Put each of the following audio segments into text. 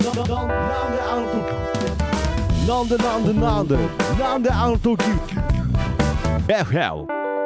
なんであの時 FL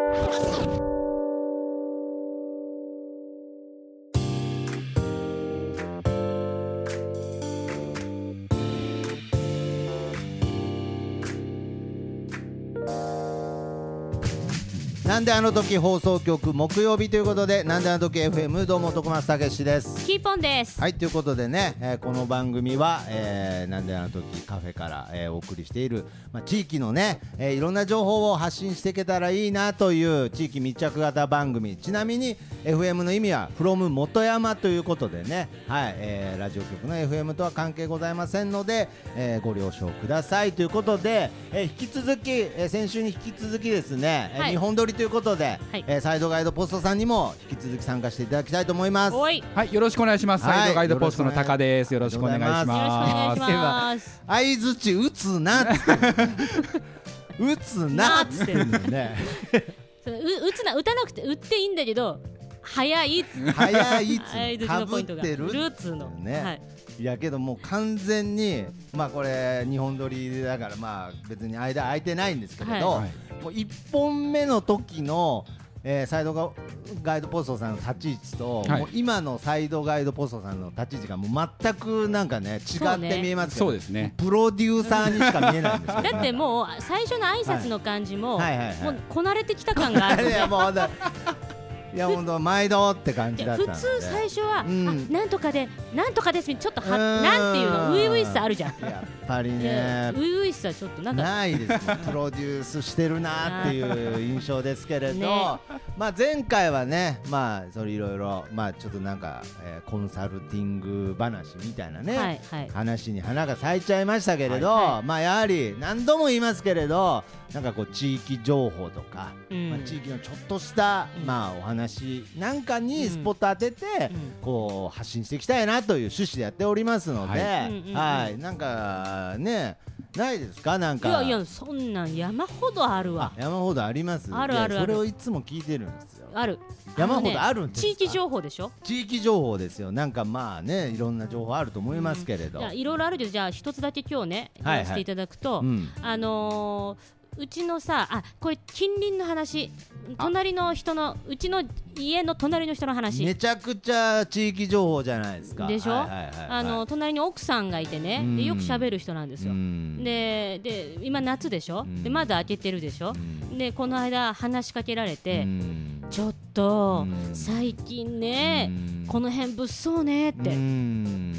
なんであの時放送局木曜日ということで、なんであの時 FM、 どうも徳松たけしです。 キーポンです。 はい、ということでね、この番組は、なんであの時カフェから、お送りしている、地域のね、いろんな情報を発信していけたらいいなという地域密着型番組。ちなみに FM の意味は from 元山ということでね、はい、ラジオ局の FM とは関係ございませんので、ご了承くださいということで、引き続き、先週に引き続きですね、 はい、 日本撮りということで、はい、サイドガイドポストさんにも引き続き参加していただきたいと思います。 はい、 よろしくお願いします。サイドガイドポストのタカです。よろしくお願いします。 よろしくお願いします。 相づち打つなっ打つなっつってんのね打つな、打たなくて打っていいんだけど、早いかぶってるルーツのね、はい、いやけどもう完全にこれ日本撮りだから別に間空いてないんですけれど、はい、もう1本目の時のサイドガイドポストさんの立ち位置と、はい、もう今のサイドガイドポストさんの立ち位置がもう全くなんかね違って見えますけど、 そうですね、 プロデューサーにしか見えないんですよだってもう最初の挨拶の感じも、もうこなれてきた感がある、 いや本当毎度って感じだったんで、 普通最初は、なんとかでなんとかですちょっとなんていうの初々しさあるじゃん。 やっぱりね初々しさちょっとなんかないですもんプロデュースしてるなっていう印象ですけれど、ね、前回はねそれいろいろちょっとなんか、コンサルティング話みたいなね、はいはい、話に花が咲いちゃいましたけれど、はいはい、やはり何度も言いますけれどなんかこう地域情報とか、地域のちょっとした、お話なんかにスポット当てて、こう発信していきたいなという趣旨でやっておりますので、はい、なんかねないですか、なんかいやそんなん山ほどあるわ。 山ほどあります。 あるそれをいつも聞いてるんですよ。 ある山ほどあるんですか。 地域情報でしょ。 地域情報ですよ。なんかいろんな情報あると思いますけれど、 いろいろあるけど、じゃあ一つだけ今日ね言わせていただくと、うちのさこれ近隣の話、隣の人のうちの家の隣の人の話、 めちゃくちゃ地域情報じゃないですか。 でしょ。隣に奥さんがいてね、でよく喋る人なんですよ。で今夏でしょ、でまだ開けてるでしょ、でこの間話しかけられて、ちょっと最近ねこの辺物騒ねって、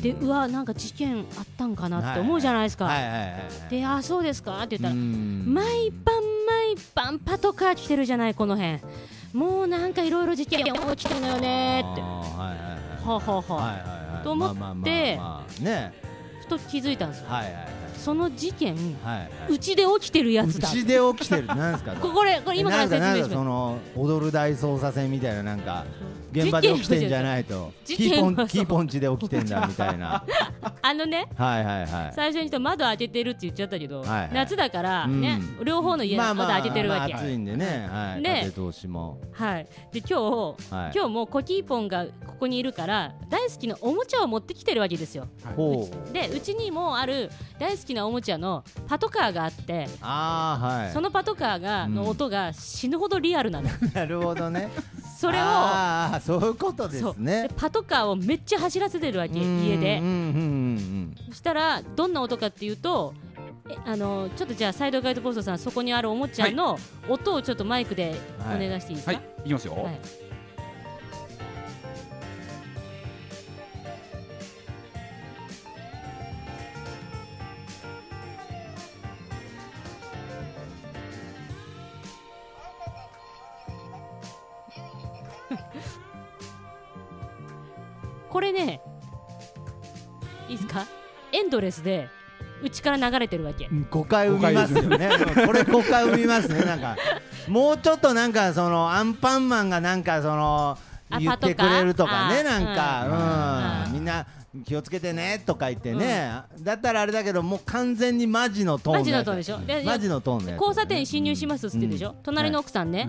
でなんか事件あったんかなって思うじゃないですか。でそうですかって言ったら、毎晩パトカー来てるじゃないこの辺、もうなんかいろいろ事件起きてるのよねって、と思ってふと気づいたんですよ。その事件、うちで起きてるやつだ。 うちで起きてるなんですかこれ今から説明します。その踊る大捜査線みたいな、なんか現場で起きてんじゃないと、キーポンチで起きてんだみたいな最初に窓開けてるって言っちゃったけど、夏だからね、両方の家の窓開けてるわけ。 暑いんでね、風通しも。 で今日もコキーポンがここにいるから大好きなおもちゃを持ってきてるわけですよ。でうちにもある大好きなおもちゃのパトカーがあって、そのパトカーの音が死ぬほどリアルなの。 なるほどね。 それをそういうことですね。 パトカーをめっちゃ走らせてるわけ、家で。そしたらどんな音かっていうと、ちょっとじゃあサイドガイドポストさん、そこにあるおもちゃの音をちょっとマイクでお願いしていいですか。 いきますよ。 これね、いいですか、エンドレスでうちから流れてるわけ。 5回生みますよねこれ5回生みますね。なんかもうちょっとなんかそのアンパンマンがなんかその言ってくれるとかね、なんかみんな気をつけてねとか言ってね、だったらあれだけど、もう完全にマジのトーンでしょ。 マジのトーンでしょ。交差点侵入しますっつってでしょ。隣の奥さんね、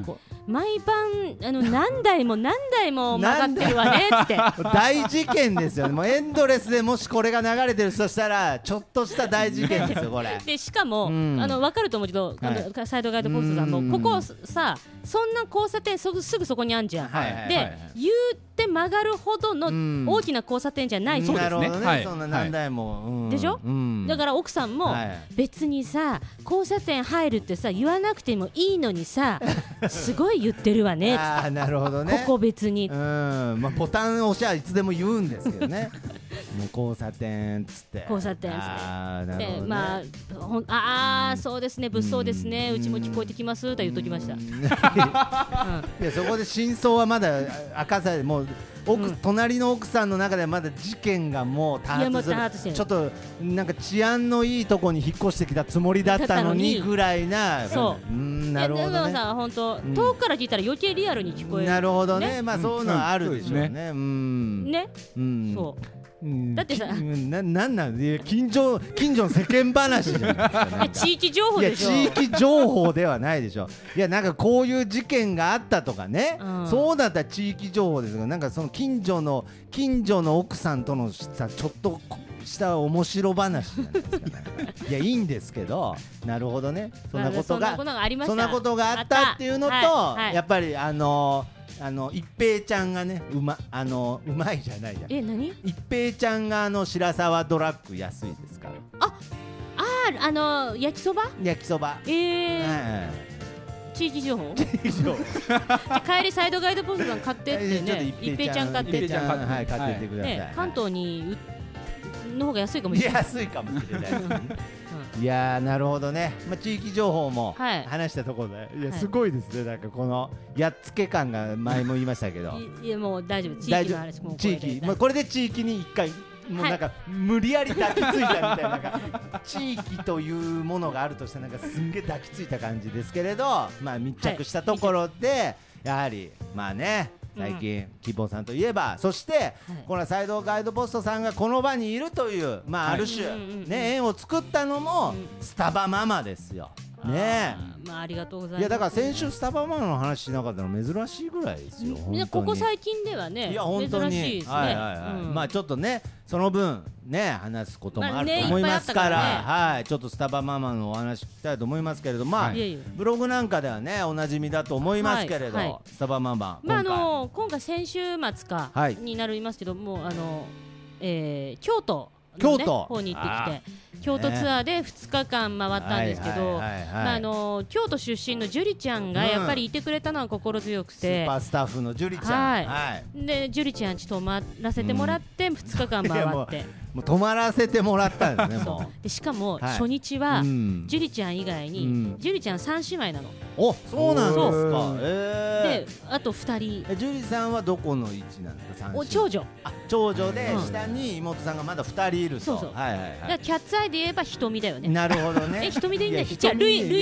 毎晩何台も何台も曲がってるわねって大事件ですよね。もうエンドレスでもしこれが流れてるとしたらちょっとした大事件ですよこれ。 でしかも、分かると思うけど、サイドガイドポストさんもここさそんな交差点すぐそこにあんじゃん、で言って曲がるほどの大きな交差点じゃないじゃん。 なるほどね、そんな何台も、 でしょ、だから奥さんも、別にさ交差点入るってさ言わなくてもいいのにさすごい言ってるわねあ、なるほどね、 ここ別に、 ボタン押しゃいつでも言うんですけどねもう交差点っつって交差点っつって、でまあそうですね、物騒ですね、うちも聞こえてきますと言っときました。 いやそこで真相はまだ明かされて、もう隣の奥さんの中ではまだ事件がもう多発する、ちょっとなんか治安のいいとこに引っ越してきたつもりだったのにぐらいな。 そう、なるほどね。でもさ本当遠くから聞いたら余計リアルに聞こえる。 なるほどね、まあそういうのはあるでしょうね。ね、そう。だってさ、なんで近所の世間話じゃないですか、ね、 地域情報でしょ。 いや地域情報ではないでしょ。いやなんかこういう事件があったとかね、そうだったら地域情報ですが、なんかその近所の奥さんとのさちょっとした面白話じゃないですか、ね、いやいいんですけど、なるほどね、そんなことがあったっていうのと、やっぱり一平ちゃんがねうまいじゃないじゃん。 何？ 一平ちゃんが白沢ドラッグ安いですから。 焼きそば？地域情報？帰りサイドガイドポストさん買ってってね、一平ちゃん買ってって、 買ってってください。 関東にの方が安いかもしれない。 安いかもしれないですね。いやなるほどね、地域情報も話したところで、いやすごいですね、なんかこのやっつけ感が前も言いましたけどいやもう大丈夫、地域の話もこれで地域に一回もうなんか無理やり抱きついたみたいな、なんか地域というものがあるとしてなんかすんげえ抱きついた感じですけれど、密着したところでやはり最近キーポンさんといえば、そしてこのサイドガイドポストさんがこの場にいるというある種ね縁を作ったのもスタバママですよね。 ありがとうございます。 いやだから先週スタバママの話しなかったの珍しいぐらいですよ。 ここ最近ではね、いや本当に珍しいですね。 ちょっとねその分ね話すこともあると思いますから、ちょっとスタバママのお話聞きたいと思いますけれど、ブログなんかではねおなじみだと思いますけれど、スタバママ今回先週末かになりますけども、京都の方に行ってきて、京都ツアーで2日間回ったんですけど、京都出身のジュリちゃんがやっぱりいてくれたのは心強くて、スーパースタッフのジュリちゃん、でジュリちゃんち泊まらせてもらって2日間回って、 もう泊まらせてもらったんですね。 もうでしかも初日はジュリちゃん以外にジュリちゃん3姉妹なの。 お、そうなんですか。 であと2人。 ジュリさんはどこの位置なんですか？ 長女。 長女で下に妹さんがまだ2人いると。 そう。キャッツアイで言えば瞳だよね。 なるほどね。 瞳でいいんだよ。じゃルイネ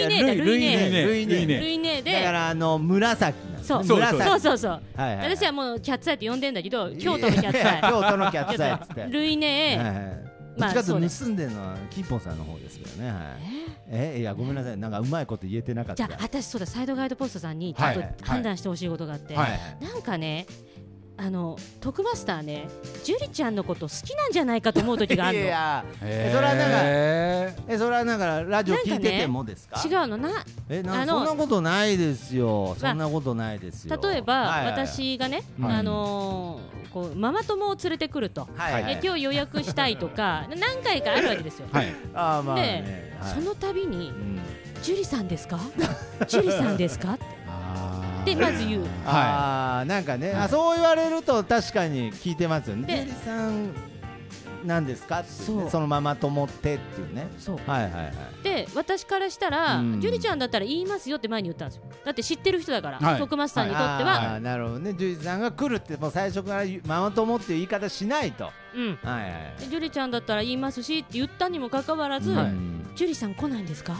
で。 だから紫。 そう。私はもうキャッツアイって呼んでんだけど、京都のキャッツアイ。 京都のキャッツアイっつって。 ルイネ。 どっちかというと盗んでるのはキーポンさんの方ですけどね。いやごめんなさい、なんかうまいこと言えてなかった。 じゃあ私そうだ、サイドガイドポストさんにちょっと判断してほしいことがあって、なんかね徳マスターね、ジュリちゃんのこと好きなんじゃないかと思う時があるの。いやそれはなんかラジオ聞いててもですか？ 違うのな。 そんなことないですよ。そんなことないですよ。 例えば私がね、こうママ友を連れてくると、今日予約したいとか何回かあるわけですよ。でその度にジュリさんですか？ジュリさんですか？でまず言う。 なんかね、そう言われると確かに聞いてますよね。ジュリさんなんですかって、そのママ友ってっていうね。で私からしたらジュリちゃんだったら言いますよって前に言ったんですよ。だって知ってる人だから徳松さんにとっては。 なるほどね。ジュリさんが来るってもう最初からママ友っていう言い方しないと。ジュリちゃんだったら言いますしって言ったにもかかわらず、ジュリさん来ないんですか？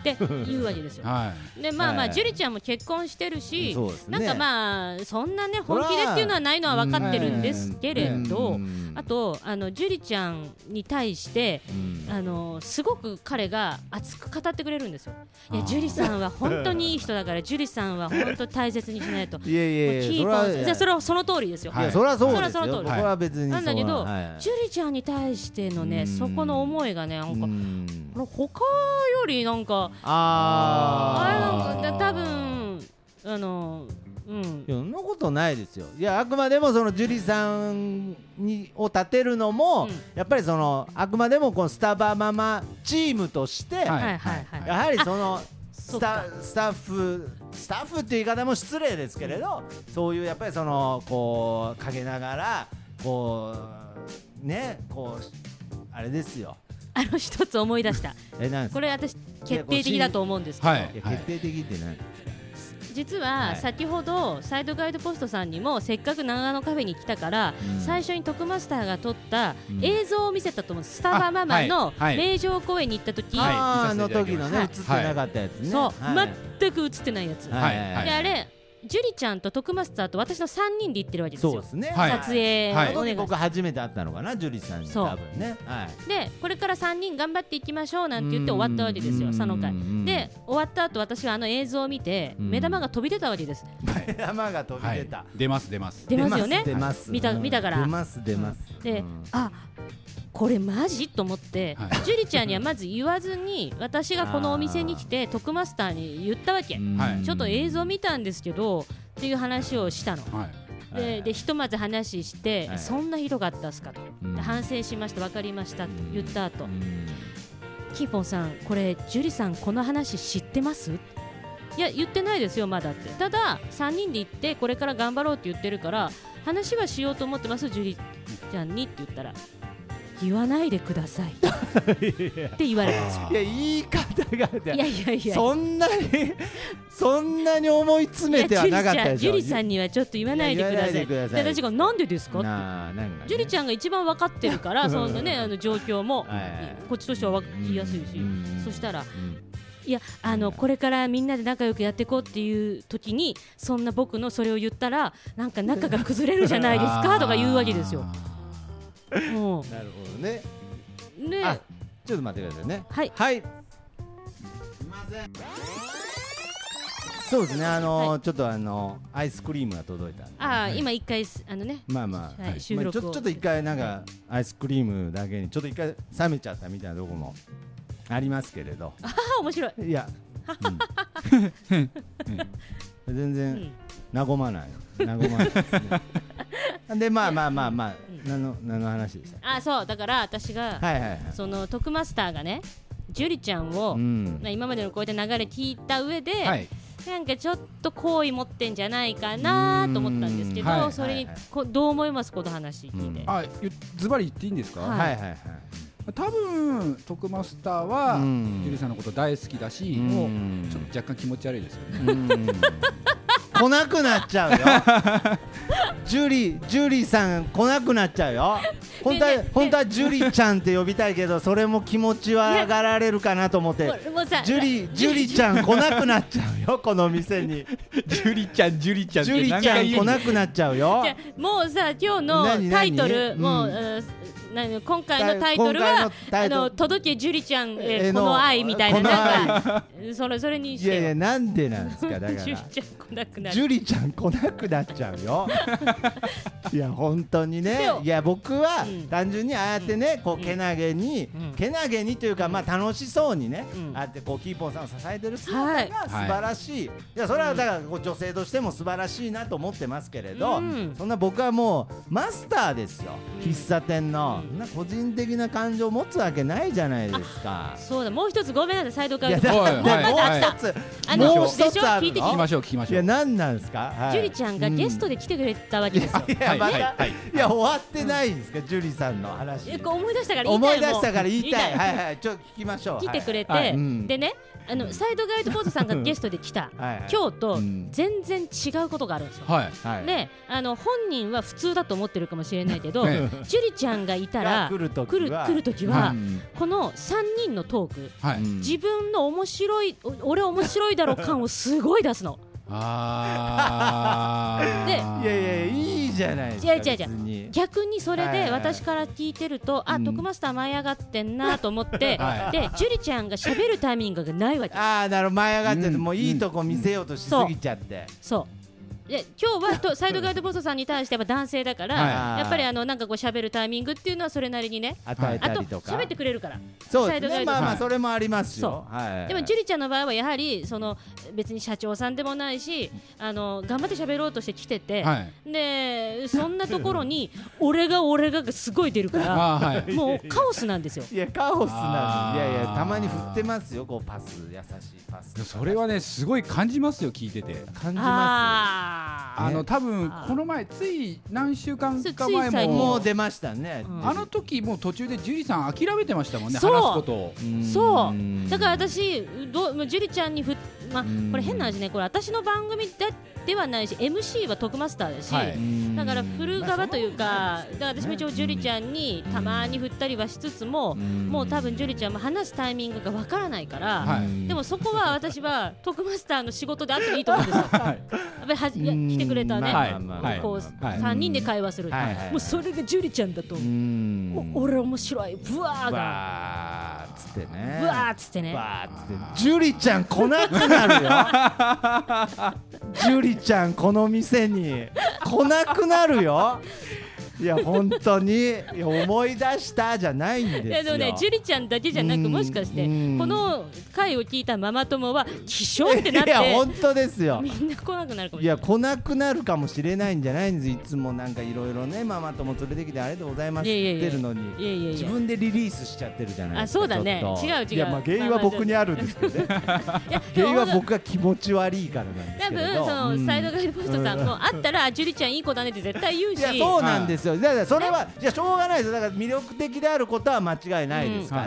って言うわけですよ。でまあまあ樹里ちゃんも結婚してるし、なんかまあそんなね本気でっていうのはないのは分かってるんですけれど、あと樹里ちゃんに対してすごく彼が熱く語ってくれるんですよ。いや樹里さんは本当にいい人だから樹里さんは本当大切にしないと。いやいやそれはその通りですよ。 いやそれはそうですよ。それは別になんだけど樹里ちゃんに対してのねそこの思いがねなんか他よりなんかあれなんか多分そんなことないですよ。いやあくまでもその樹里さんを立てるのも、やっぱりそのあくまでもこのスタバママチームとして、やはりそのスタッフっていう言い方も失礼ですけれど、そういうやっぱりそのこう陰ながらこうねこうあれですよ。 一つ思い出した。これ私決定的だと思うんですけど、 決定的って何？ 実は先ほどサイドガイドポストさんにもせっかく長野カフェに来たから最初に徳マスターが撮った映像を見せたと思うんです。スタバママの名城公園に行った時、 あの時のね映ってなかったやつね。 そう全く映ってないやつで、あれ樹里ちゃんと徳マスターと私の3人で行ってるわけですよ。 そうですね。 撮影お願い。 僕初めて会ったのかな樹里さんに多分ね。 でこれから3人頑張っていきましょうなんて言って終わったわけですよその回で。終わった後私は映像を見て目玉が飛び出たわけです。 目玉が飛び出た。 出ますよね。見たから出ますでこれマジと思って、樹里ちゃんにはまず言わずに私がこのお店に来て徳マスターに言ったわけ。ちょっと映像見たんですけどっていう話をしたの。でひとまず話して、そんなひどかったっすかと、反省しました分かりましたって言った後、キーポンさんこれ樹里さんこの話知ってます？いや言ってないですよまだって。ただ3人で行ってこれから頑張ろうって言ってるから話はしようと思ってます樹里ちゃんにって言ったら言わないでくださいって言われたんですよ。 いや言い方がいやそんなに思い詰めてはなかったでしょ。 樹里さんにはちょっと言わないでください。で私がなんでですかって樹里ちゃんが一番分かってるからそんなね状況もこっちとしては言いやすいし、そしたらいやこれからみんなで仲良くやっていこうっていう時にそんな僕のそれを言ったらなんか仲が崩れるじゃないですかとか言うわけですよ。 なるほどね。ちょっと待ってくださいね。はい。すみません。そうですね。ちょっとアイスクリームが届いたんで。 今一回まあ収録をちょっと一回なんかアイスクリームだけにちょっと一回冷めちゃったみたいなところもありますけれど。 面白い。 いや。全然和まないですね。でまあ何の話でした。 そうだから私がその徳マスターがね樹里ちゃんを今までのこういった流れ聞いた上でなんかちょっと好意持ってんじゃないかなと思ったんですけど、それにどう思いますこの話聞いて。 ズバリ言っていいんですか？多分徳マスターは樹里さんのこと大好きだし、もうちょっと若干気持ち悪いですよね。 来なくなっちゃうよ。ジュリさん来なくなっちゃうよ。本当はジュリちゃんって呼びたいけどそれも気持ちは上がられるかなと思ってジュリちゃん来なくなっちゃうよこの店に。 ジュリちゃん来なくなっちゃうよ。 もうさ今日のタイトルもう今回のタイトルは届けジュリちゃんへこの愛みたいななんかそれにして。 いやなんでなんですか。だからジュリちゃん来なくなっちゃうよ。いや本当にね。いや僕は単純にああやってねこうけなげにというか楽しそうにねああやってこうキーポンさんを支えてる姿が素晴らしい。いやそれはだから女性としても素晴らしいなと思ってますけれど、そんな僕はもうマスターですよ喫茶店の。そんな個人的な感情を持つわけないじゃないですか。 そうだもう一つごめんなさいサイドカード。もう一つあるの？ 聞きましょう。 いや何なんですか。 ジュリちゃんがゲストで来てくれたわけですよ。 いや終わってないんですかジュリさんの話。 思い出したから言いたい。はいちょっと聞きましょう。 来てくれてでねサイドガイドポートさんがゲストで来た今日と全然違うことがあるんですよ。で本人は普通だと思ってるかもしれないけどジュリちゃんがいたら来る時はこの3人のトーク、自分の面白い俺面白いだろ感をすごい出すの。でいやいいじゃないですか。 逆にそれで私から聞いてると徳マスター舞い上がってんなと思ってで樹里ちゃんが喋るタイミングがないわけ。 なるほど、舞い上がっててもういいとこ見せようとしすぎちゃって。 そうで今日はサイドガイドボスさんに対してやっぱ男性だからやっぱりなんかこう喋るタイミングっていうのはそれなりにね与えたりとか喋ってくれるから。 そうですね、まあそれもありますよ。 でも樹里ちゃんの場合はやはりその別に社長さんでもないし頑張って喋ろうとして来ててでそんなところに俺がすごい出るからもうカオスなんですよ。 いやカオスなんです。いやたまに振ってますよ、こうパス、優しいパス。 それはねすごい感じますよ、聞いてて。 感じます。 多分この前つい何週間か前もう出ましたね。 あの時もう途中で樹里さん諦めてましたもんね、話すことを。 そうだから私樹里ちゃんにこれ変な話ね、これ私の番組ではないし MC は徳マスターだし、だから振る側というか、だから私も一応樹里ちゃんにたまに振ったりはしつつも、もう多分樹里ちゃんも話すタイミングがわからないから、でもそこは私は徳マスターの仕事であっていいと思うんですよ。やっぱり来てくれたね、こう3人で会話する、もうそれが樹里ちゃんだと俺面白いブワーがつってね、 ブワーっつってね、 樹里ちゃん来なくなるよ。樹里ちゃんこの店に来なくなるよ。いや本当に思い出したじゃないんですよ。 でもね、樹里ちゃんだけじゃなく、もしかしてこの回を聞いたママ友は気象ってなって、 いや本当ですよ、 みんな来なくなるかもしれない。 いや来なくなるかもしれないんじゃないんです。いつもなんかいろいろねママ友連れてきてありがとうございますって言ってるのに、自分でリリースしちゃってるじゃないですか。 そうだね、違う。 いや原因は僕にあるんですけどね。原因は僕が気持ち悪いからなんですけど。 多分そのサイドガイドポストさんもあったら樹里ちゃんいい子だねって絶対言うし。 いやそうなんですよ。だからそれはじゃしょうがないです。だから魅力的であることは間違いないですから、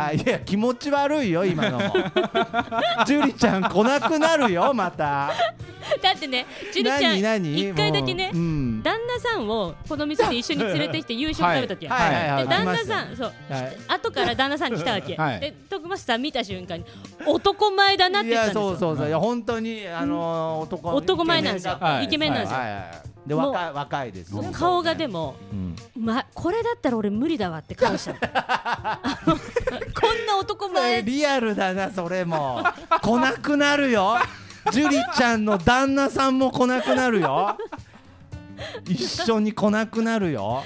いや気持ち悪いよ今のも。樹里ちゃん来なくなるよまた。 だってね、樹里ちゃん1回だけね、旦那さんをこの店で一緒に連れてきて夕食食べたっけ。で旦那さん後から旦那さんに来たわけで、徳マスター見た瞬間に男前だなって言ったんですよ。 そういや本当に男前なんですよ、イケメンなんですよ。 で若いですよ。 顔がでもこれだったら俺無理だわって顔したこんな男前。 リアルだなそれも。来なくなるよ。樹里ちゃんの旦那さんも来なくなるよ。一緒に来なくなるよ。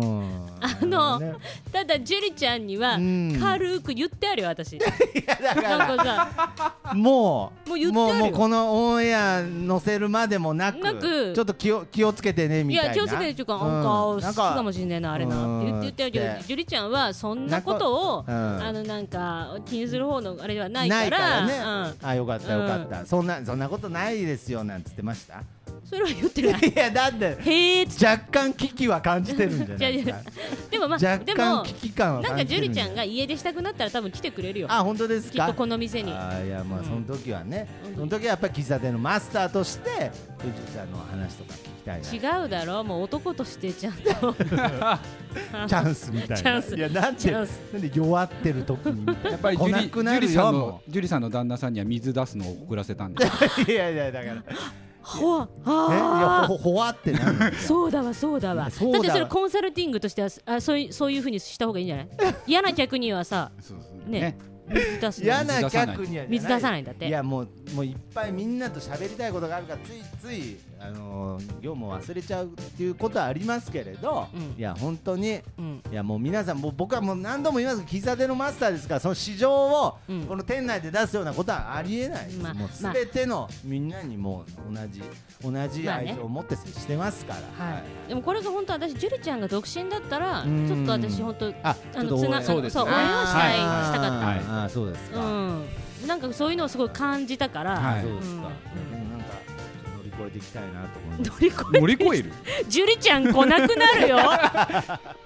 ただ樹里ちゃんには軽く言ってあるよ私。いやだからもうこのオンエア載せるまでもなくちょっと気をつけてねみたいな。 いや気をつけてっていうか好きかもしれないなあれなって言ってるけど、樹里ちゃんはそんなことをなんか気にする方のあれではないからね。よかったそんなことないですよなんつってました。 それは言ってない。 いやだって若干危機は感じてるんじゃないですか。 でも若干危機感はなんか樹里ちゃんが家出したくなったら多分来てくれるよ。 本当ですか。 きっとこの店に。 いやまあその時はね、その時はやっぱり喫茶店のマスターとして藤井さんの話とか聞きたいな。 違うだろう、もう男としてちゃんとチャンスみたいな。チャンス。いやなんで弱ってる時にやっぱり樹里さんの旦那さんには水出すのを遅らせたんです。 いやだから。 ほわってなる。 そうだわだってそれコンサルティングとしてはそういう風にした方がいいんじゃない。嫌な客にはさね嫌な客には水出さないんだって。 いやもういっぱいみんなと喋りたいことがあるからつい業務を忘れちゃうっていうことはありますけれど、いや本当に、いやもう皆さん僕はもう何度も言いますけど喫茶店のマスターですから、その市場をこの店内で出すようなことはありえないです。もうすべてのみんなにもう同じ愛情を持って接してますから。 でもこれが本当私樹里ちゃんが独身だったらちょっと私本当応援はしたかった。 そうですか。 なんかそういうのをすごい感じたから。そうですか。 なんか乗り越えていきたいなと思います。 乗り越える？ 樹里ちゃん来なくなるよ。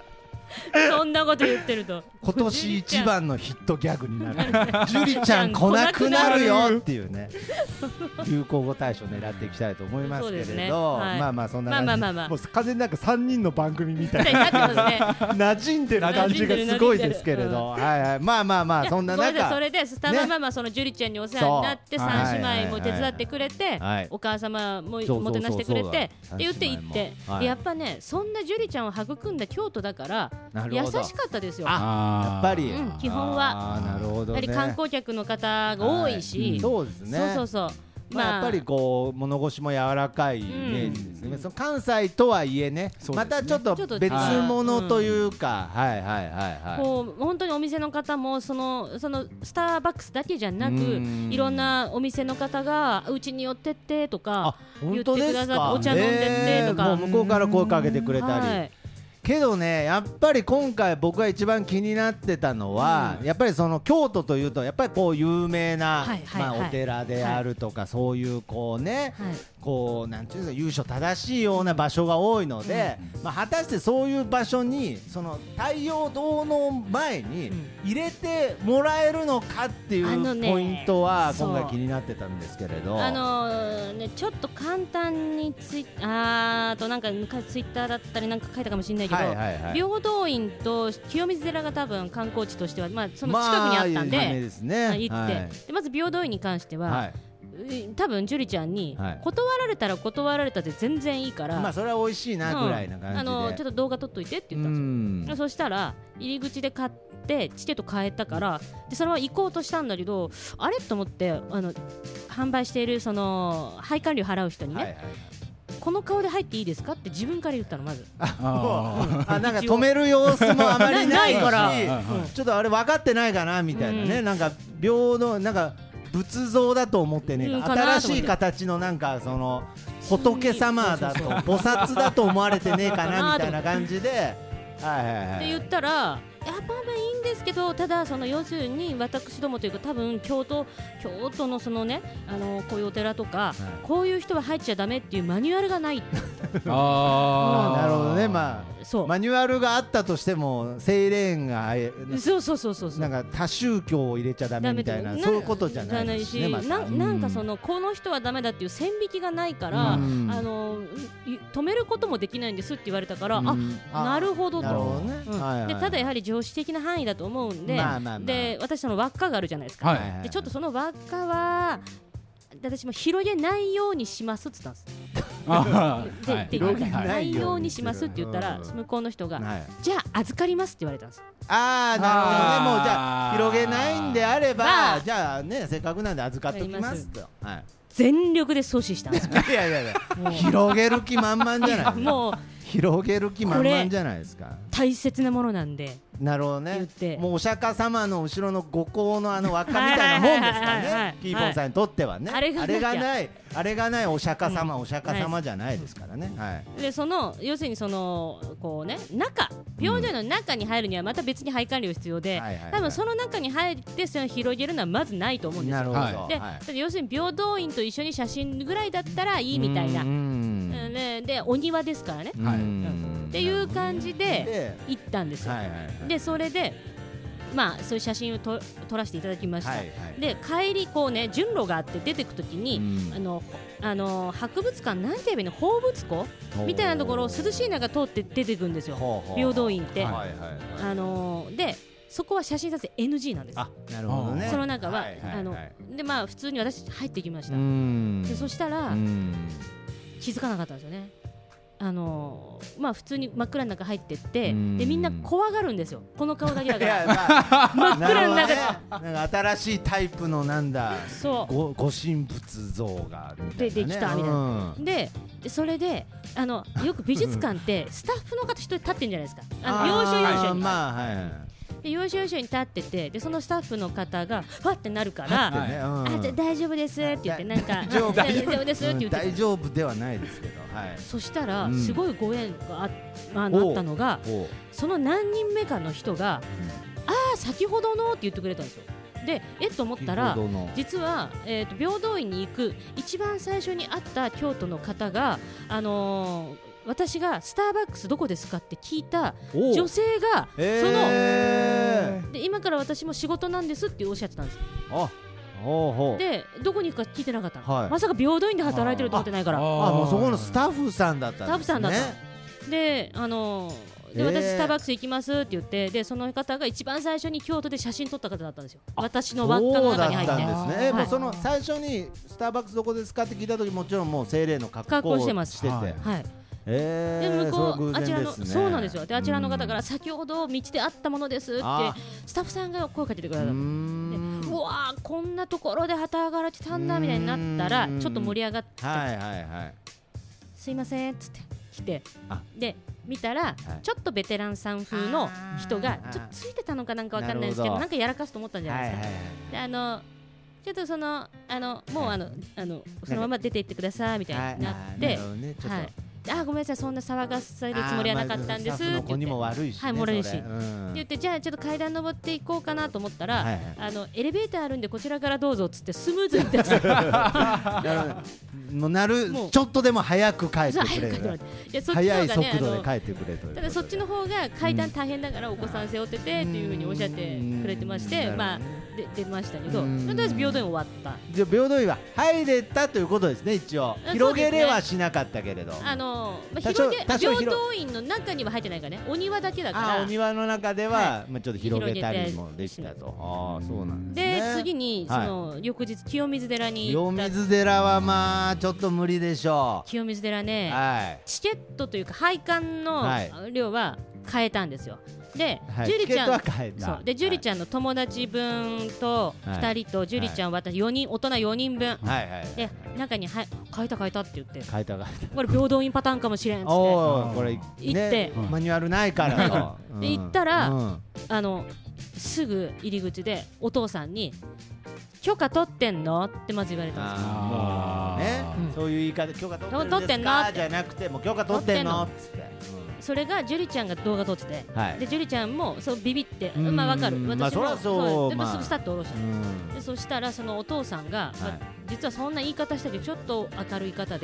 そんなこと言ってると今年一番のヒットギャグになるジュリちゃん来なくなるよっていうね流行語大賞狙っていきたいと思いますけれど、 ねはい、 まあまあそんな感じ、もう完全になんか3人の番組みたいな馴染んでる感じがすごいですけれど、はいはい、まあまあまあそんな中それでスタバママそのジュリちゃんにお世話になって3姉妹も手伝ってくれて、お母様ももてなしてくれてって言って行って、やっぱねそんなジュリちゃんを育んだ京都だから優しかったですよ。 やっぱり、 基本はなるほど、ね、 やはり観光客の方が多いし、 そうですね。 そうまあ、やっぱりこう物腰も柔らかいイメージですね、その関西とはいえね、またちょっと別物というか、はいはいはいはい、 こう本当にお店の方もそのスターバックスだけじゃなく、いろんなお店の方がうちに寄ってってとか言ってくださって、お茶飲んでってとか、 もう向こうから声かけてくれたり、けどね、やっぱり今回僕が一番気になってたのは、やっぱりその京都というとやっぱりこう有名な、まあお寺であるとか、そういうこうね、こうなんていうの由緒正しいような場所が多いので、まあ果たしてそういう場所にその太陽堂の前に入れてもらえるのかっていうポイントは今回気になってたんですけれど、 ね、ちょっと簡単にあとなんかツイッターだったりなんか書いたかもしれないけど、平等院と清水寺が多分観光地としては、まあ、その近くにあったんで、行って、でまず平等院に関しては、多分ジュリちゃんに断られたら断られたで全然いいから、 まあそれは美味しいなぐらいな感じで、 ちょっと動画撮っといてって言ったんですよ。そしたら入り口で買ってチケット買えたから、でそれは行こうとしたんだけど、あれと思って販売しているその配管料払う人にね、この顔で入っていいですかって自分から言ったの。まずなんか止める様子もあまりないからちょっとあれ分かってないかなみたいなね、なんか平等なんか仏像だと思ってね、新しい形のなんかその仏様だと菩薩だと思われてねえかなみたいな感じでって言ったら、まあいいんですけど、ただその要するに私どもというか多分京都のそのねこういうお寺とか、こういう人は入っちゃダメっていうマニュアルがない。 なるほどね。まあマニュアルがあったとしてもセイレーンがそうなんか多宗教を入れちゃダメみたいなそういうことじゃないですしね。 なんかそのこの人はダメだっていう線引きがないから、止めることもできないんですって言われたから、なるほどと。でただやはり常識的な範囲だと思うんで、で私その輪っかがあるじゃないですか。でちょっとその輪っかは私も広げないようにしますって言ったんです。広げないようにしますって言ったら、向こうの人がじゃあ預かりますって言われたんです。 なるほどね。もうじゃあ広げないんであれば、じゃあねせっかくなんで預かっておきますと。 全力で阻止したんです。 いや広げる気満々じゃない。もう広げる気満々じゃないですか。 大切なものなんで。なるほどね。 もうお釈迦様の後ろの五香の輪っかみたいなもんですからね。キーポンさんにとってはね。あれがないお釈迦様、お釈迦様じゃないですからね。 でその要するにそのこうね平等の中に入るにはまた別に配管料必要で、多分その中に入ってその広げるのはまずないと思うんですよ。で要するに平等院と一緒に写真ぐらいだったらいいみたいな。でお庭ですからね。っていう感じで行ったんですよ。でそれでまあそういう写真を撮らせていただきました。で帰りこうね順路があって出てくときに、博物館なんて言えばいいの、宝物庫みたいなところを涼しい中通って出てくるんですよ、平等院って。でそこは写真撮影 NG なんです。なるほどね。その中はでまあ普通に私入ってきました。でそしたら気づかなかったんですよね。まあ普通に真っ暗の中入ってって、でみんな怖がるんですよ、この顔だけだから真っ暗の中でなんか新しいタイプのなんだご神仏像ができたみたいな。でそれでよく美術館ってスタッフの方一人立ってんじゃないですか、要所要所に。要所要所に立ってて、でそのスタッフの方がファってなるから大丈夫ですって言って、なんか大丈夫ですって言って、 大丈夫ではないですけど、 そしたらすごいご縁があったのが、その何人目かの人が先ほどのって言ってくれたんですよ。でと思ったら、実は平等院に行く一番最初に会った京都の方が私がスターバックスどこですかって聞いた女性がで今から私も仕事なんですっておっしゃってたんですよ。でどこに行くか聞いてなかったの、はい、まさか平等院で働いてると思ってないから、 もうそこのスタッフさんだったんですね。 スタッフさんだった。で私スターバックス行きますって言って、でその方が一番最初に京都で写真撮った方だったんですよ。私の輪っかの中に入って。 そうだったんですね。もうその最初にスターバックスどこですかって聞いた時もちろんもう精霊の格好をしてて、はい。で向こうあちらのそうなんですよ。であちらの方から先ほど道で会ったものですってスタッフさんが声かけてくれた。うわーこんなところで働かれてたんだみたいになったらちょっと盛り上がって、すいませんっつって来て、で見たらちょっとベテランさん風の人がちょっとついてたのかなんかわかんないんですけど、なんかやらかすと思ったんじゃないですか。でちょっとそのもうそのまま出て行ってくださいみたいになって、ごめんなさいそんな騒がせるつもりはなかったんですって言って、はい悪いしって言って、じゃあちょっと階段登っていこうかなと思ったら、エレベーターあるんでこちらからどうぞっつってスムーズに出すもうちょっとでも早く帰ってくれる、速い速度で帰ってくれと。 ただそっちの方が階段大変だからお子さん背負っててっていうふうにおっしゃってくれてまして、まあ出ましたけど、とりあえず平等院終わった。 じゃあ平等院は入れたということですね。一応広げれはしなかったけれど、 平等院の中には入ってないからね、お庭だけだから。 お庭の中ではちょっと広げたりもできたと。そうなんですね。 で次にその翌日清水寺に行った。 清水寺はまあちょっと無理でしょう。 清水寺ね、チケットというか配管の量は変えたんですよ。で、ジュリちゃん、そうでジュリちゃんの友達分と2人とジュリちゃん私4人大人4人分で中に変えたって言って、これ平等院パターンかもしれんっつってこれ行ってマニュアルないからで行ったらすぐ入り口でお父さんに許可取ってんのってまず言われたんですよ。 もうね、そういう言い方、許可取ってんですかじゃなくて、もう許可取ってんのっつって。 それがジュリちゃんが動画撮ってて、でジュリちゃんもそうビビって、まあわかる、私もそうでスタッと下ろした。でそしたらそのお父さんが実はそんな言い方したけどちょっと明るい方で、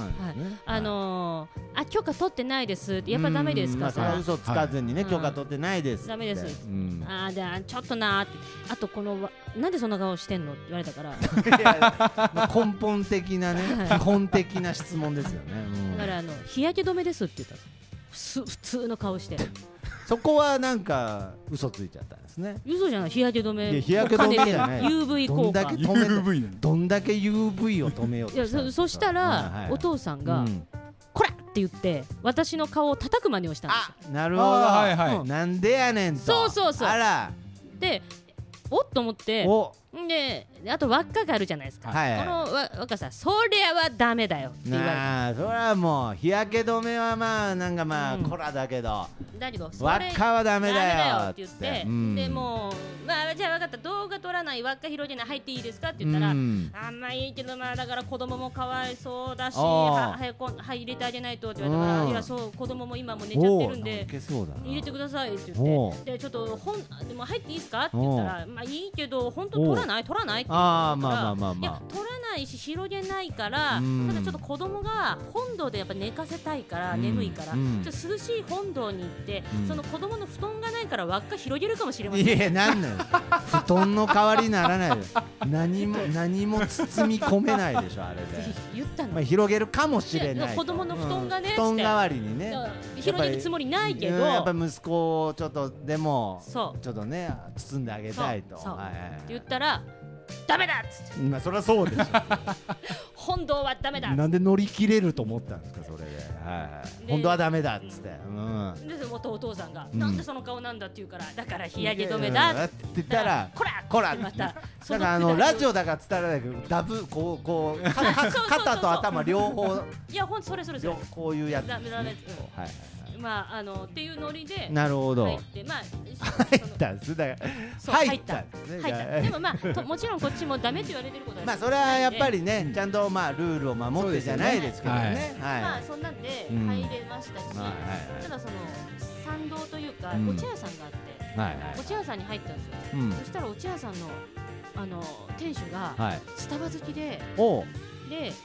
許可取ってないですって、やっぱダメですかさ、 嘘つかずにね、許可取ってないです、 ダメです、じゃあちょっとなーって、あとこのなんでそんな顔してんのって言われたから根本的なね、基本的な質問ですよね。 だから日焼け止めですって言ったんです。普通の顔してそこはなんか嘘ついちゃったんですね。 嘘じゃない、日焼け止め、 日焼け止めじゃない、 UV 効果、 どんだけ UV を止めようとしたんですか。 そしたらお父さんがこらって言って私の顔を叩く真似をしたんですよ。 なるほど、なんでやねんと。 そうあらでおっと思って、であと輪っかがあるじゃないですか、この輪っかさ、それはダメだよって言われて、 それはもう日焼け止めはまあなんかまあこらだけど輪っかはダメだよって言って、 でもうじゃあ分かった、動画撮らない、輪っか広げない、入っていいですかって言ったら、あんまいいけどまあだから子供もかわいそうだし、入れてあげないとって言われたから、いやそう子供も今も寝ちゃってるんで入れてくださいって言って、でちょっとでも入っていいですかって言ったら、まあいいけど本当撮らないって言ってたから、いや撮らないし広げないから、ただちょっと子供が本堂でやっぱ寝かせたいから眠いから、ちょっと涼しい本堂に行って、その子供の布団がないから輪っか広げるかもしれません。 いやなんなん布団の代わりにならないで何も包み込めないでしょあれで言ったの、 まあ、広げるかもしれない、 子供の布団がね、 布団代わりにね広げるつもりないけど、 やっぱ息子をちょっとでもちょっとね包んであげたいとって言ったらダメだっつって、 まあそりゃそうでしょ本堂はダメだ、 なんで乗り切れると思ったんですかそれで、本当はダメだっつって、 でお父さんが、なんでその顔なんだって言うから、だから日焼け止めだって言ったら、こらってまた、だからラジオだから伝わらないけど、ダブこう肩と頭両方、 いやそれこういうやつ、 まあっていうノリでなるほど入って、まあ入ったんです、だから入ったんですね。 でもまあもちろんこっちもダメって言われてることはまあそれはやっぱりね、ちゃんとまあルールを守ってじゃないですけどね、 まあそんなんで入れましたし、ただその参道というかお茶屋さんがあって、お茶屋さんに入ったんですよ。そしたらお茶屋さんの店主がスタバ好きで、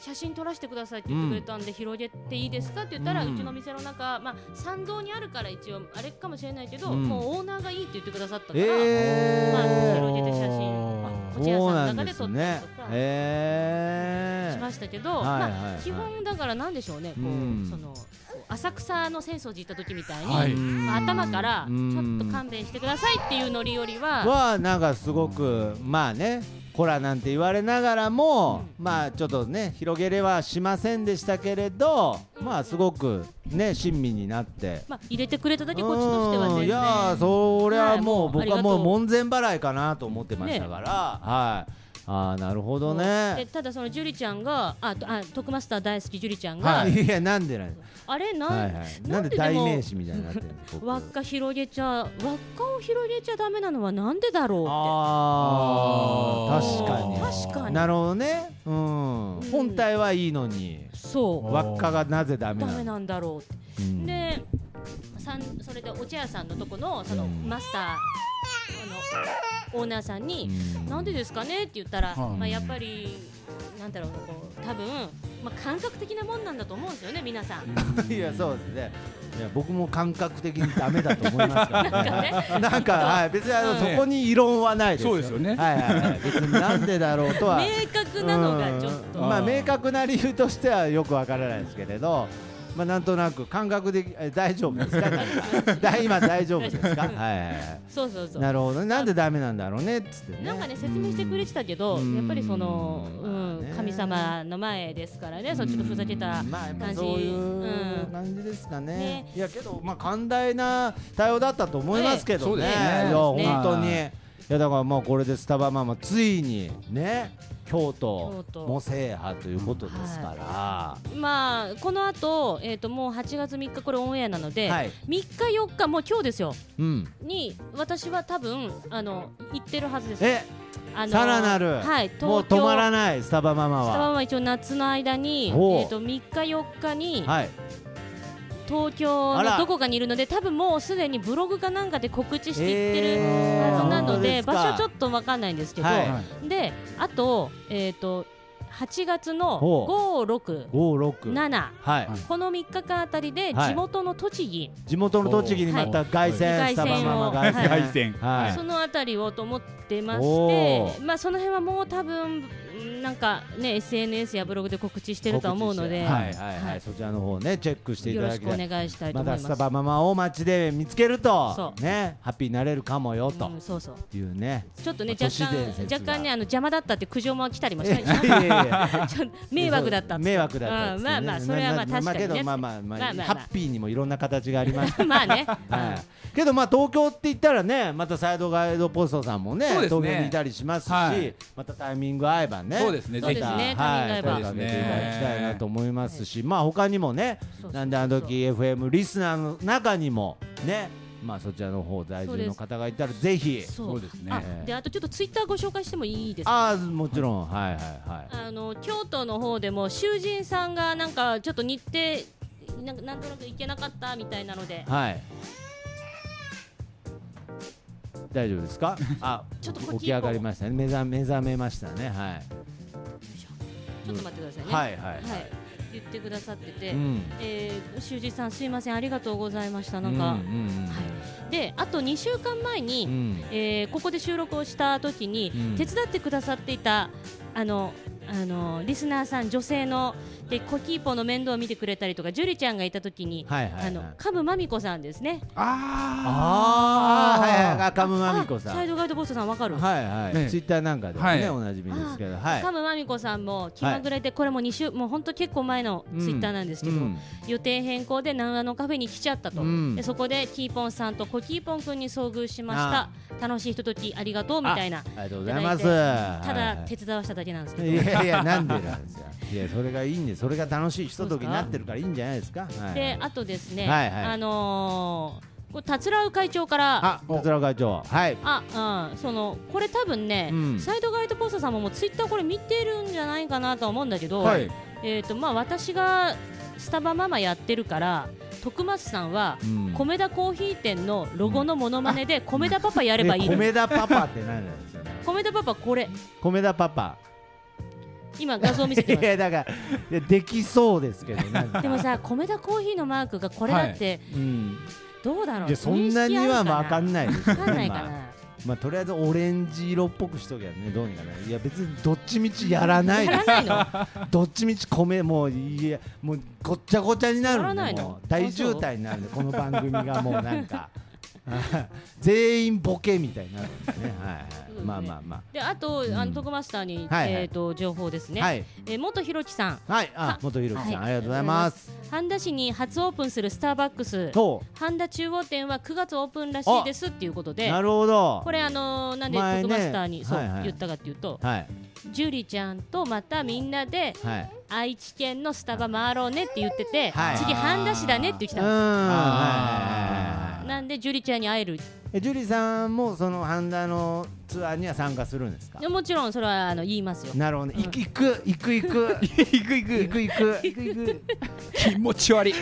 写真撮らせてくださいって言ってくれたんで、広げていいですかって言ったら、うちの店の中、まあ、参道にあるから一応あれかもしれないけど、もうオーナーがいいって言ってくださったから、まあ、広げて写真お茶屋さんの中で撮ったりとかしましたけど、まあ、基本だからなんでしょうね、こうその浅草の浅草寺行った時みたいに、まあ、頭からちょっと勘弁してくださいっていうノリよりはなんかすごくまあね、コラなんて言われながらも、まあちょっとね広げれはしませんでしたけれど、まあすごくね親身になって、 まあ、入れてくれただけこっちとしては全然、 いやそれはもう僕はもう門前払いかなと思ってましたから、はい。なるほどね。 でただそのジュリちゃんがトクマスター大好きジュリちゃんが、 いやなんであれなんで代名詞みたいになってるの。 輪っかを広げちゃダメなのはなんでだろうって。 確かになるほどね。本体はいいのに、そう輪っかがなぜダメなんだろうって。でそれでお茶屋さんのとこのそのマスターオーナーさんになんでですかねって言ったら、まあやっぱりなんだろう、多分まあ感覚的なもんなんだと思うんですよね、皆さん。 いやそうですね。いや僕も感覚的にダメだと思いますからね。なんか別にそこに異論はないですよ。 そうですよね。 別になんでだろうとは明確なのがちょっと、 まあ明確な理由としてはよくわからないですけれど。まあなんとなく感覚で大丈夫ですか？今大丈夫ですか？ そう。 なるほど。なんでダメなんだろうねっつってね。 なんかね説明してくれてたけど、やっぱりその神様の前ですからね、ちょっとふざけた感じ、 そういう感じですかね。いやけどまあ寛大な対応だったと思いますけどね。いや本当に。いやだからもうこれでスタバママついにね。京都も制覇ということですから、 まあこの後もう8月3日これオンエアなので、3日4日もう今日ですよ、に私は多分行ってるはずです。 さらなる、もう止まらないスタバママは。 スタバママ一応夏の間に3日4日に東京のどこかにいるので、多分もうすでにブログかなんかで告知していってるはずなので、場所ちょっと分かんないんですけど、であと8月の5、6、7、この3日間あたりで地元の栃木にまた凱旋、スタバママ凱旋、 そのあたりをと思ってまして、まあその辺はもう多分なんかね SNS やブログで告知してると思うので、 そちらの方ねチェックしていただきたい。 よろしくお願いしたいと思います。 またスタバママを街で見つけるとねハッピーになれるかもよというね。 ちょっとね若干ね邪魔だったって苦情も来たりもしたりします。迷惑だったって。 迷惑だった。 まあそれはまあ確かにね。 まあハッピーにもいろんな形がありました。 まあね。 けどまあ東京って言ったらね、またサイドガイドポストさんもね東京にいたりしますし、またタイミング合えばね。 そうですね。タイミング合えば声かけていただきたいなと思いますし、まあ他にもね、なんであの時 FM リスナーの中にもね。まあそちらの方在住の方がいたらぜひ。 そうですね。であとちょっとツイッターご紹介してもいいですか。 もちろん。 京都の方でも囚人さんがなんかちょっと日程なんとなく行けなかったみたいなので。 大丈夫ですか？ ちょっと起き上がりましたね。目覚めましたね。 ちょっと待ってくださいね。言ってくださってて、修二さんすいませんありがとうございました。なんかであと2週間前にここで収録をした時に手伝ってくださっていたリスナーさん女性のでコキーポの面倒を見てくれたりとかジュリちゃんがいた時にカムマミコさんですね。 カムマミコさん。 サイドガイドポストさんわかる？ ツイッターなんかでねおなじみですけど、 カムマミコさんも気まぐれでこれももう本当結構前のツイッターなんですけど、予定変更で南和のカフェに来ちゃったと。でそこでキーポンさんとコキーポンくんに遭遇しました。楽しいひとときありがとうみたいな。 ありがとうございます。 ただ手伝わしただけなんですけど。 いやなんでなんですか。いやそれがいいんで、それが楽しいひとときになってるからいいんじゃないですか。 であとですね、桂尾会長から桂尾会長これ多分ね、サイドガイドポストさんもツイッターこれ見てるんじゃないかなと思うんだけど、まあ私がスタバママやってるから徳松さんは米田コーヒー店のロゴのモノマネで米田パパやればいいの。 米田パパって何なんですよね。 米田パパこれ。 米田パパ今画像見せてます。 いやだからできそうですけどね。 でもさ、コメダコーヒーのマークがこれだって、どうだろう。 いやそんなには分かんないですよ。 分かんないかな。 まあとりあえずオレンジ色っぽくしときゃね、どうにかね。いや別にどっちみちやらないです。どっちみち米もういやもうごっちゃごちゃになるんで、もう大渋滞になるんで、この番組がもうなんか全員ボケみたいになるんですね。はい。まあまあまあ。 であと徳マスターに情報ですね。元ひろきさん。 はい。元ひろきさんありがとうございます。 半田市に初オープンするスターバックス。半田中央店は9月オープンらしいですっていうことで。 なるほど。 これなんで徳マスターにそう言ったかっていうと、ジュリちゃんとまたみんなで愛知県のスタバ回ろうねって言ってて、次半田市だねって言ってたんです。なんでジュリちゃんに会える。 ジュリさんもその半田のツアーには参加するんですか。 もちろんそれは言いますよ。 なるほど、行く気持ち悪い。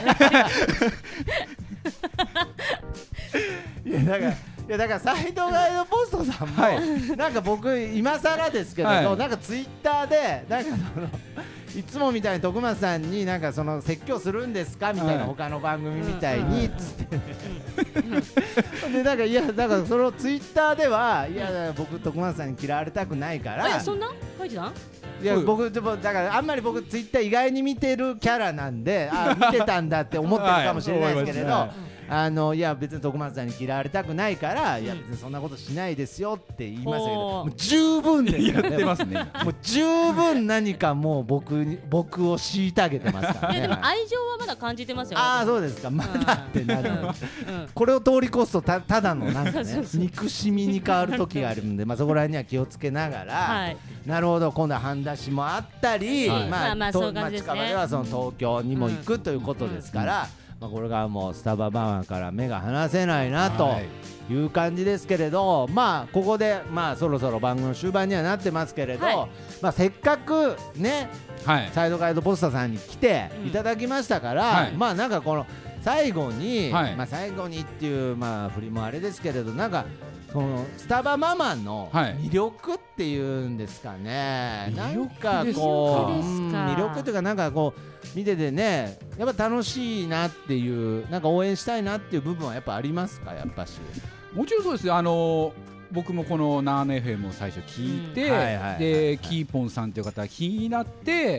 いやだからサイドガイドポストさんもなんか僕今更ですけど、なんかツイッターでなんかいつもみたいに徳松さんになんかその説教するんですかみたいな、他の番組みたいにつってでなんかいやだからそのツイッターではいや僕徳松さんに嫌われたくないから。 そんな書いてた？ いや僕でもだからあんまり僕ツイッター意外に見てるキャラなんで、見てたんだって思ってるかもしれないですけれど。いや別に徳松さんに嫌われたくないから、いや別にそんなことしないですよって言いましたけど、もう十分ですよね。 やってますね。 もう十分何かもう僕を虐げてますからね。 いやでも愛情はまだ感じてますよ。 そうですか。まだってなる。これを通り越すとただのなんかね憎しみに変わる時があるんで、そこら辺には気をつけながら。なるほど、今度は半田市もあったり、近場ではその東京にも行くということですから。これがもうスタババーから目が離せないなという感じですけれど、ここでそろそろ番組の終盤にはなってますけれど、せっかくねサイドガイドポスターさんに来ていただきましたから、なんかこの最後にっていう振りもあれですけれど、なんかそのスタバママの魅力っていうんですかね、なんかこう魅力というか、なんかこう見ててねやっぱ楽しいなっていう、なんか応援したいなっていう部分はやっぱありますか。やっぱしもちろんそうですよ。僕もこのナーネ FM を最初聞いて、でキーポンさんという方が気になって、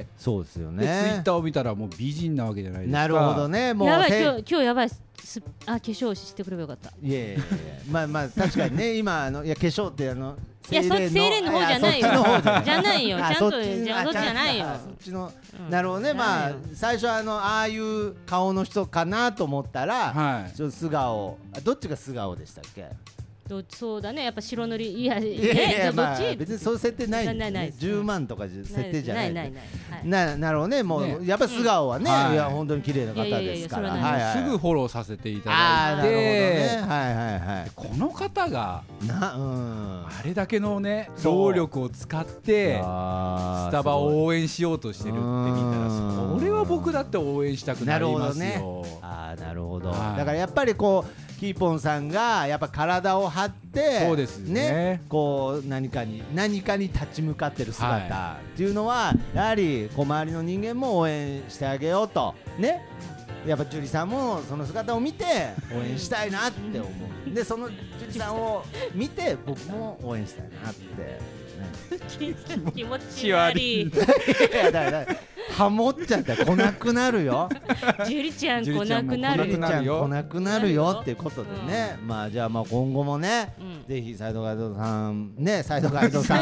そうですよね。 ツイッターを見たらもう美人なわけじゃないですか。 なるほどね。もうやばい、今日やばい。化粧してくればよかった。 いや確かにね今いや化粧っていや精霊の方じゃないよ。じゃないよ。ちゃんとそっちじゃないよ。 そっちのなるほどね。最初ああいう顔の人かなと思ったら、素顔、どっちが素顔でしたっけ。 そうだね、やっぱ白塗り。いやどっち別にそういう設定ないんですね。10万とか設定じゃない。なるほどね。もうやっぱ素顔はね、いや本当に綺麗な方ですから、 すぐフォローさせていただいて、この方があれだけのね労力を使ってスタバを応援しようとしてるって見たら、それは僕だって応援したくなりますよ。 なるほど。だからやっぱりこうキーポンさんがやっぱ体を張って、 そうですね、 こう何かに立ち向かってる姿っていうのは、やはりこう周りの人間も応援してあげようとね。やっぱジュリさんもその姿を見て応援したいなって思う。でそのジュリさんを見て僕も応援したいなって。 気持ち悪い。 ハモっちゃったら来なくなるよ。 ジュリちゃん来なくなる。 ジュリちゃん来なくなるよっていうことでね。じゃあ今後もね、ぜひサイドガイドさんね、サイドガイドで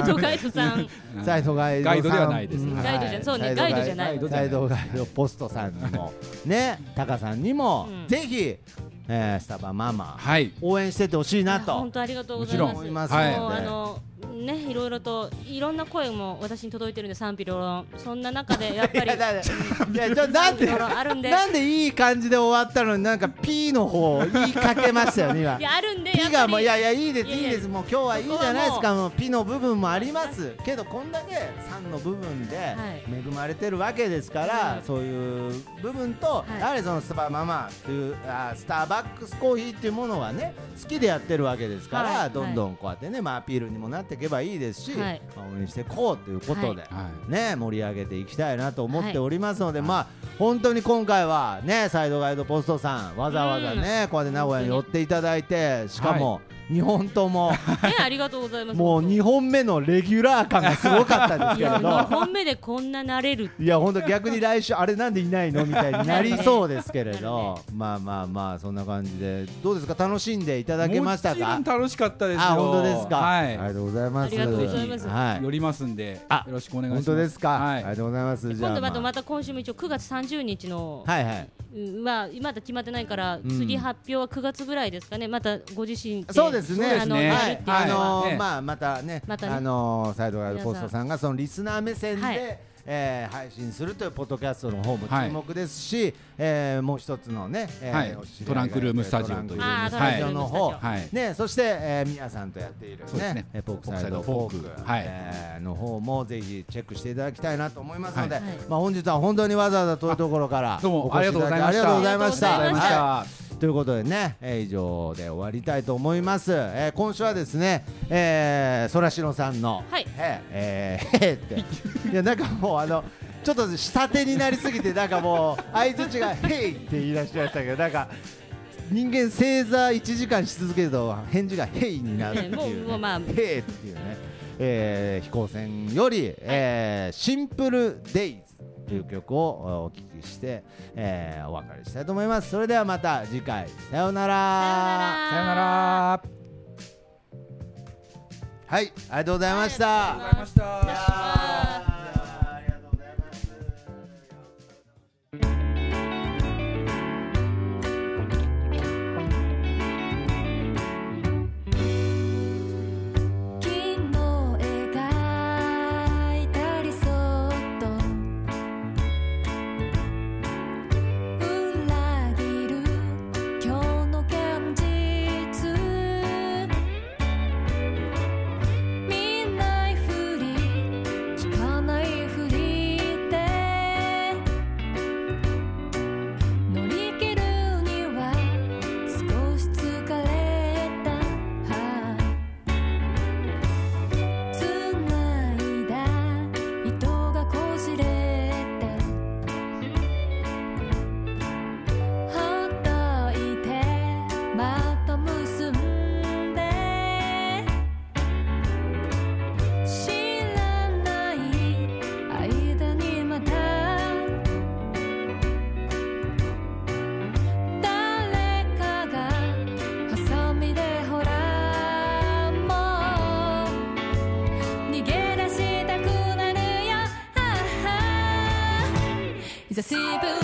はないです。 ガイドじゃそうね、ガイドじゃない。 サイドガイドポストさんにもね、タカさんにもぜひスタバママ応援しててほしいなと。 本当ありがとうございます。ね、いろいろといろんな声も私に届いてるんで、賛否両論。そんな中でやっぱりなんでいい感じで終わったのになんか P の方言いかけましたよね今。 いやあるんで、 P がもういやいいですもう今日はいいじゃないですか。もう P の部分もありますけど、こんだけ3の部分で恵まれてるわけですから、そういう部分とやはりそのスタバママというスターバックスコーヒーっていうものはね好きでやってるわけですから、どんどんこうやってねアピールにもなってっていけばいいですし、 はい、 応援していこうということで、 はい、ね、盛り上げていきたいなと思っておりますので、まあ本当に今回はねサイドガイドポストさんわざわざねこうやって名古屋に寄っていただいて、しかも、2本ともありがとうございます。 もう2本目のレギュラー感がすごかったですけれど 2本目でこんななれるいや本当逆に来週あれなんでいないのみたいになりそうですけれどまあまあまあそんな感じでどうですか、楽しんでいただけましたか。 もちろん楽しかったですよ。 あ、本当ですか、 はい、 ありがとうございます。 ありがとうございます。 はい、 寄りますんでよろしくお願いします。 本当ですか、 はい、 ありがとうございます。じゃあ今度また今週も一応9月30日のはいはい、 まあまだ決まってないから、次発表は9月ぐらいですかね。またご自身でそうですね、 ままたね、サイドガイドポストさんがそのリスナー目線で、配信するというポッドキャストの方も注目ですし、もう一つのね、 トランクルームスタジオというスタジオの方、ね、そしてみやさんとやっているねポークサイドフォークの方もぜひチェックしていただきたいなと思いますので、本日は本当にわざわざ遠いところからどうもありがとうございました。 ありがとうございました。ということでね、以上で終わりたいと思います。今週はですね、そらしろさんの、っていやなんかもうちょっと下手になりすぎてなんかもう相づちがヘイって言い出しましたけど、なんか人間正座1時間し続けると返事がヘイになるっていうね、ヘイっていうね、飛行船より、シンプルデイズという曲をお聴きして、お別れしたいと思います。それではまた次回、さようなら。 さようなら。 はい、ありがとうございました。 ありがとうございました。 久しぶり